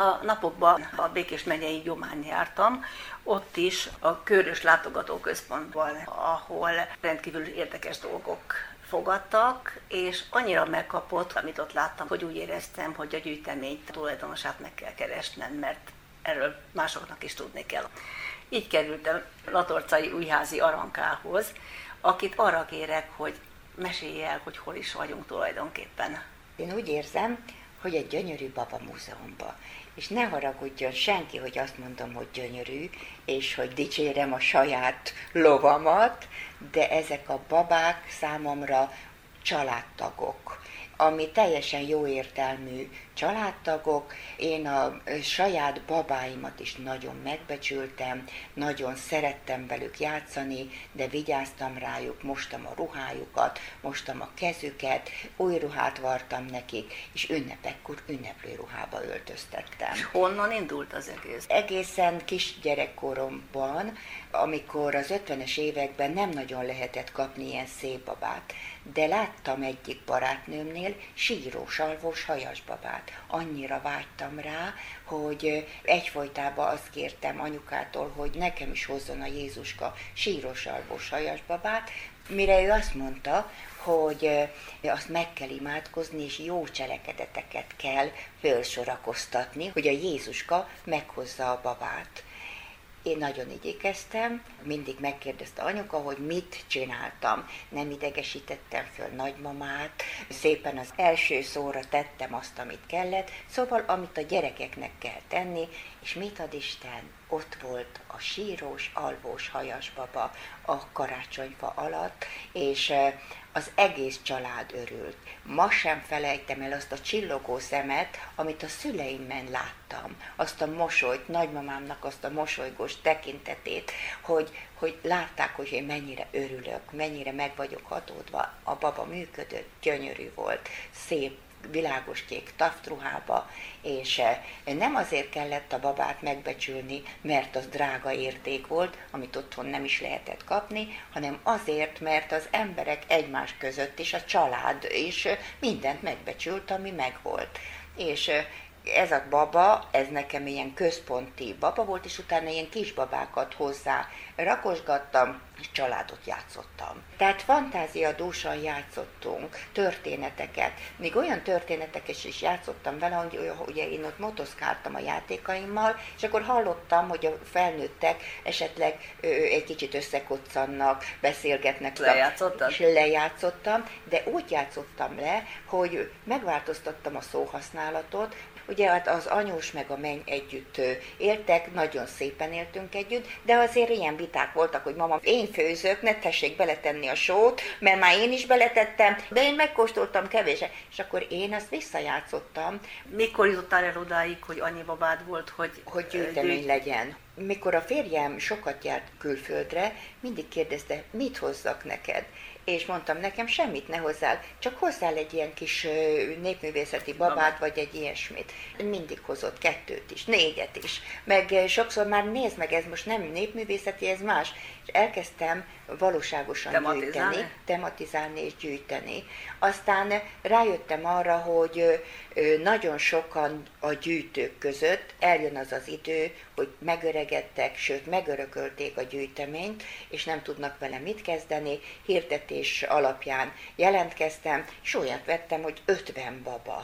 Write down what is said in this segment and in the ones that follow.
A napokban a Békés megyei Gyomán jártam, ott is a Körös Látogatóközpontban, ahol rendkívül érdekes dolgok fogadtak, és annyira megkapott, amit ott láttam, hogy úgy éreztem, hogy a gyűjtemény tulajdonosát meg kell keresnem, mert erről másoknak is tudni kell. Így kerültem Latorcai Újházi Arankához, akit arra kérek, hogy mesélj el, hogy hol is vagyunk tulajdonképpen. Én úgy érzem, hogy egy gyönyörű baba múzeumban. És ne haragudjon senki, hogy azt mondom, hogy gyönyörű, és hogy dicsérem a saját lovamat, de ezek a babák számomra családtagok, ami teljesen jó értelmű családtagok. Én a saját babáimat is nagyon megbecsültem, nagyon szerettem velük játszani, de vigyáztam rájuk, mostam a ruhájukat, mostam a kezüket, új ruhát vartam nekik, és ünnepekkor ünneplő ruhába öltöztettem. És honnan indult az egész? Egészen kisgyerekkoromban, amikor az 50-es években nem nagyon lehetett kapni ilyen szép babát, de láttam egyik barátnőmnél sírós, alvós hajasbabát. Annyira vágytam rá, hogy egyfolytában azt kértem anyukától, hogy nekem is hozzon a Jézuska sírós, alvós hajasbabát, mire ő azt mondta, hogy azt meg kell imádkozni, és jó cselekedeteket kell fölsorakoztatni, hogy a Jézuska meghozza a babát. Én nagyon igyekeztem, mindig megkérdezte anyuka, hogy mit csináltam. Nem idegesítettem föl nagymamát, szépen az első szóra tettem azt, amit kellett, szóval amit a gyerekeknek kell tenni, és mit ad Isten? Ott volt a sírós, alvós hajasbaba a karácsonyfa alatt, és az egész család örült. Ma sem felejtem el azt a csillogó szemet, amit a szüleimben láttam. Azt a mosolyt, nagymamámnak azt a mosolygós tekintetét, hogy látták, hogy én mennyire örülök, mennyire meg vagyok hatódva. A baba működött, gyönyörű volt, szép, világos kék taftruhába, és nem azért kellett a babát megbecsülni, mert az drága érték volt, amit otthon nem is lehetett kapni, hanem azért, mert az emberek egymás között is, a család is mindent megbecsült, ami megvolt. És ez a baba, ez nekem ilyen központi baba volt, és utána ilyen kisbabákat hozzá rakosgattam, és családot játszottam. Tehát fantáziadúsan játszottunk történeteket, még olyan történeteket is játszottam vele, hogy ugye én ott motoszkáltam a játékaimmal, és akkor hallottam, hogy a felnőttek esetleg egy kicsit összekoccannak, beszélgetnek. Lejátszottad? És lejátszottam, de úgy játszottam le, hogy megváltoztattam a szóhasználatot. Ugye hát az anyós meg a menny együtt éltek, nagyon szépen éltünk együtt, de azért ilyen viták voltak, hogy mama, én főzök, ne tessék beletenni a sót, mert már én is beletettem, de én megkóstoltam kevésre, és akkor én azt visszajátszottam. Mikor jutottál el odáig, hogy annyi babád volt, hogy gyűjtemény legyen? Mikor a férjem sokat járt külföldre, mindig kérdezte, mit hozzak neked? És mondtam, nekem semmit ne hozzál, csak hozzál egy ilyen kis népművészeti babát, vagy egy ilyesmit. Mindig hozott 2 is, 4 is. Meg sokszor már nézd meg, ez most nem népművészeti, ez más. És elkezdtem valóságosan tematizálni és gyűjteni. Aztán rájöttem arra, hogy nagyon sokan a gyűjtők között eljön az az idő, hogy megöregedtek, sőt megörökölték a gyűjteményt, és nem tudnak vele mit kezdeni. Hirdetés alapján jelentkeztem, és olyat vettem, hogy 50 baba.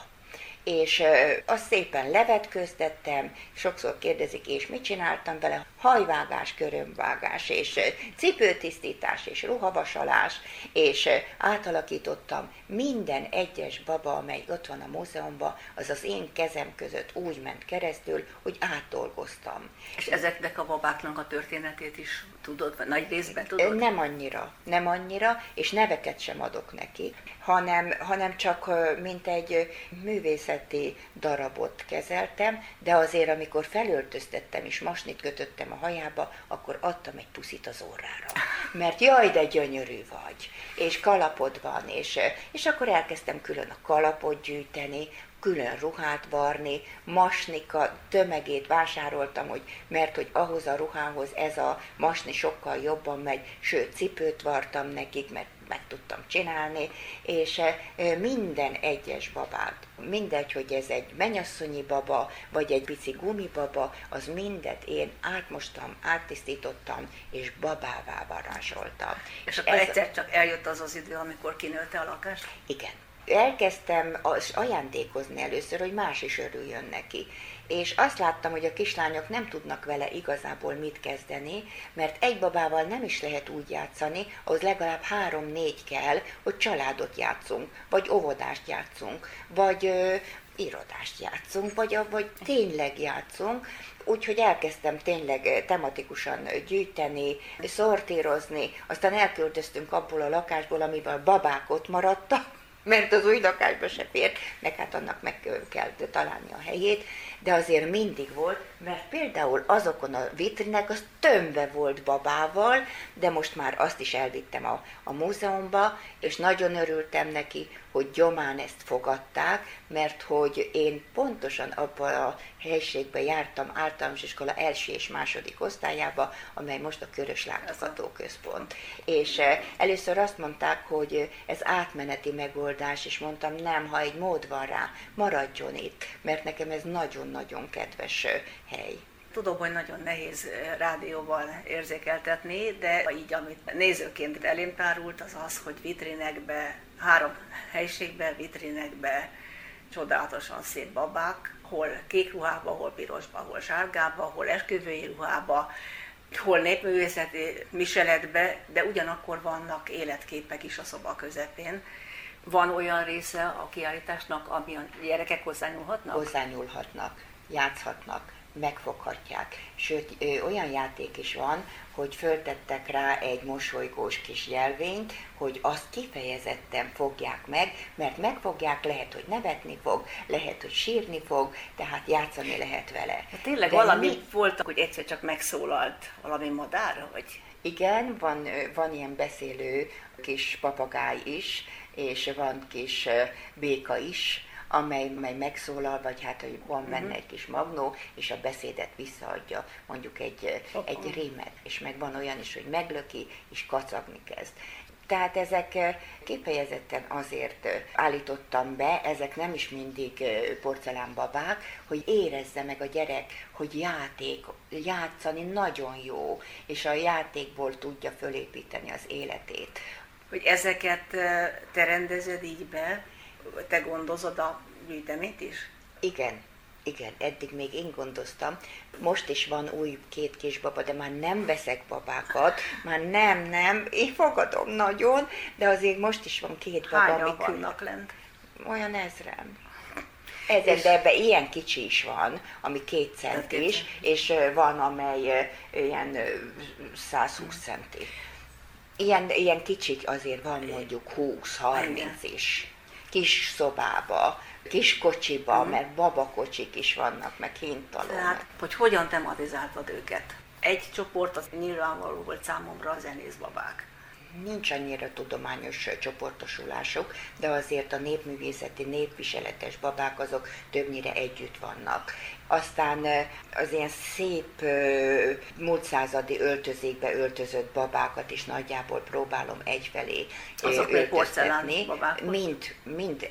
És azt szépen levetköztettem, sokszor kérdezik, és mit csináltam vele? Hajvágás, körömvágás, és cipőtisztítás, és ruhavasalás, és átalakítottam. Minden egyes baba, amely ott van a múzeumban, az az én kezem között úgy ment keresztül, hogy átdolgoztam. És ezeknek a babáknak a történetét is tudod, vagy nagy részben tudod? Nem annyira, és neveket sem adok neki, hanem csak mint egy művészeti darabot kezeltem, de azért, amikor felöltöztettem és masnit kötöttem a hajába, akkor adtam egy puszit az orrára. Mert jaj, de gyönyörű vagy, és kalapod van, és akkor elkezdtem külön a kalapot gyűjteni, külön ruhát varni, masnika tömegét vásároltam, mert hogy ahhoz a ruhához ez a masni sokkal jobban megy, sőt cipőt vartam nekik, mert meg tudtam csinálni, és minden egyes babát, mindegy, hogy ez egy mennyasszonyi baba, vagy egy pici gumibaba, az mindet én átmostam, áttisztítottam, és babává varázsoltam. És akkor egyszer csak eljött az idő, amikor kinőtte a lakást? Igen. Elkezdtem ajándékozni először, hogy más is örüljön neki. És azt láttam, hogy a kislányok nem tudnak vele igazából mit kezdeni, mert egy babával nem is lehet úgy játszani, ahhoz legalább 3-4 kell, hogy családot játszunk, vagy óvodást játszunk, vagy irodást játszunk, vagy tényleg játszunk. Úgyhogy elkezdtem tényleg tematikusan gyűjteni, szortírozni, aztán elköltöztünk abból a lakásból, amivel a babák ott maradtak, mert az új lakásba se fért, meg hát annak meg kell találni a helyét, de azért mindig volt, mert például azokon a vitrinek az tömve volt babával, de most már azt is elvittem a múzeumba, és nagyon örültem neki, hogy Gyomán ezt fogadták, mert hogy én pontosan abban a helyiségben jártam általános iskola első és második osztályába, amely most a Körös Látogatóközpont. És először azt mondták, hogy ez átmeneti megoldás, és mondtam, nem, ha egy mód van rá, maradjon itt, mert nekem ez nagyon-nagyon kedves hely. Tudom, hogy nagyon nehéz rádióban érzékeltetni, de így, amit nézőként elém tárult, az az, hogy vitrinekbe, 3 helyiségben, vitrinekbe codálatosan szép babák, hol kék ruhába, hol pirosba, hol sárgába, hol esküvői ruhába, hol népművészeti viseletbe, de ugyanakkor vannak életképek is a szoba közepén. Van olyan része a kiállításnak, ami a gyerekek hozzányúlhatnak? Hozzányúlhatnak, játszhatnak, megfoghatják. Sőt, olyan játék is van, hogy föltettek rá egy mosolygós kis jelvényt, hogy azt kifejezetten fogják meg, mert megfogják, lehet, hogy nevetni fog, lehet, hogy sírni fog, tehát játszani lehet vele. Hát tényleg valami volt, hogy egyszer csak megszólalt valami madár, vagy? Igen, van ilyen beszélő kis papagáj is, és van kis béka is, amely megszólal, vagy hát hogy van benne egy kis magnó, és a beszédet visszaadja, mondjuk egy rímet, és meg van olyan is, hogy meglöki, és kacagni kezd. Tehát ezek kifejezetten azért állítottam be, ezek nem is mindig porcelánbabák, hogy érezze meg a gyerek, hogy játszani nagyon jó, és a játékból tudja fölépíteni az életét. Hogy ezeket te rendezed így be, te gondozod a gyűjteményt is? Igen, eddig még én gondoztam. Most is van új 2 kisbaba, de már nem veszek babákat, már nem, én fogadom nagyon, de azért most is van 2 baba, Hányan vannak lent? Olyan 1000, de ebben ilyen kicsi is van, ami 2 centis, és van, amely ilyen 120 centi. Ilyen kicsik azért van mondjuk 20-30 is. Kis szobába, kis kocsiba, mert babakocsik is vannak, meg hintaló. Tehát, hogy hogyan tematizáltad őket? Egy csoport, az nyilvánvaló volt számomra a zenészbabák. Nincs annyira tudományos csoportosulásuk, de azért a népművészeti, népviseletes babák azok többnyire együtt vannak. Aztán az ilyen szép múlt századi öltözékbe öltözött babákat is nagyjából próbálom egyfelé öltöztetni. Mind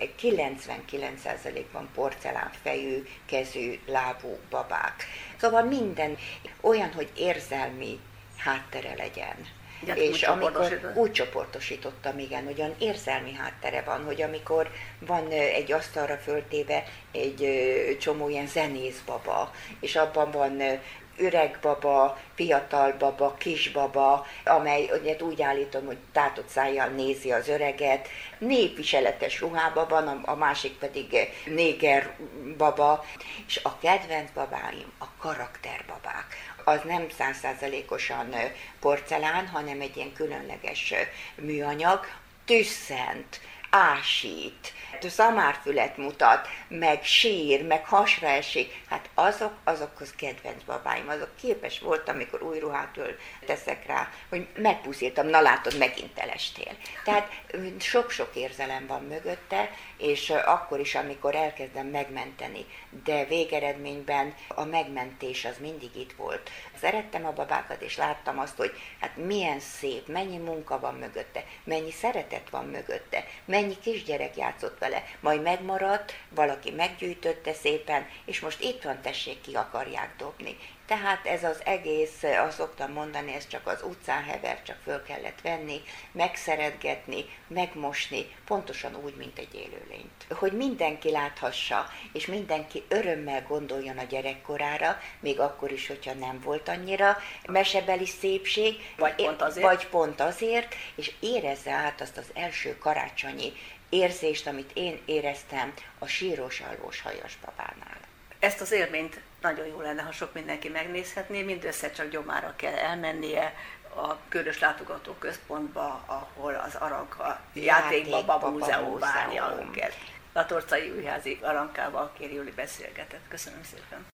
99%-ban porcelánfejű, kezű, lábú babák. Szóval minden olyan, hogy érzelmi háttere legyen. És amikor úgy csoportosítottam, igen, hogy olyan érzelmi háttere van, hogy amikor van egy asztalra föltéve egy csomó ilyen zenészbaba, és abban van öreg baba, fiatal baba, kisbaba, amely úgy állítom, hogy tátott szájjal nézi az öreget, népviseletes ruhában van, a másik pedig néger baba, és a kedvenc babáim a karakterbabák. Az nem 100%-osan porcelán, hanem egy ilyen különleges műanyag, tüsszent. ásít, szamárfület mutat, meg sír, meg hasra esik, hát azokhoz kedvenc babáim, azok képes voltam, amikor új ruhát teszek rá, hogy megpuszítom, na látod, megint elestél. Tehát sok-sok érzelem van mögötte, és akkor is, amikor elkezdem megmenteni, de végeredményben a megmentés az mindig itt volt. Szerettem a babákat, és láttam azt, hogy hát milyen szép, mennyi munka van mögötte, mennyi szeretet van mögötte, mennyi kisgyerek játszott vele, majd megmaradt, valaki meggyűjtötte szépen, és most itt van, tessék, ki akarják dobni. Tehát ez az egész, azt szoktam mondani, ez csak az utcán hever, csak föl kellett venni, megszeretgetni, megmosni, pontosan úgy, mint egy élőlényt. Hogy mindenki láthassa, és mindenki örömmel gondoljon a gyerekkorára, még akkor is, hogyha nem volt annyira mesebeli szépség, vagy pont azért, és érezze át azt az első karácsonyi érzést, amit én éreztem a sírós, alvós hajas babánál. Ezt az élményt nagyon jó lenne, ha sok mindenki megnézhetné, mindössze csak Gyomára kell elmennie a Körös Látogatóközpontba, ahol az Aranka Játékbaba Múzeum várja őket. Latorcai Újházi Arankával Kéri Júli beszélgetett. Köszönöm szépen!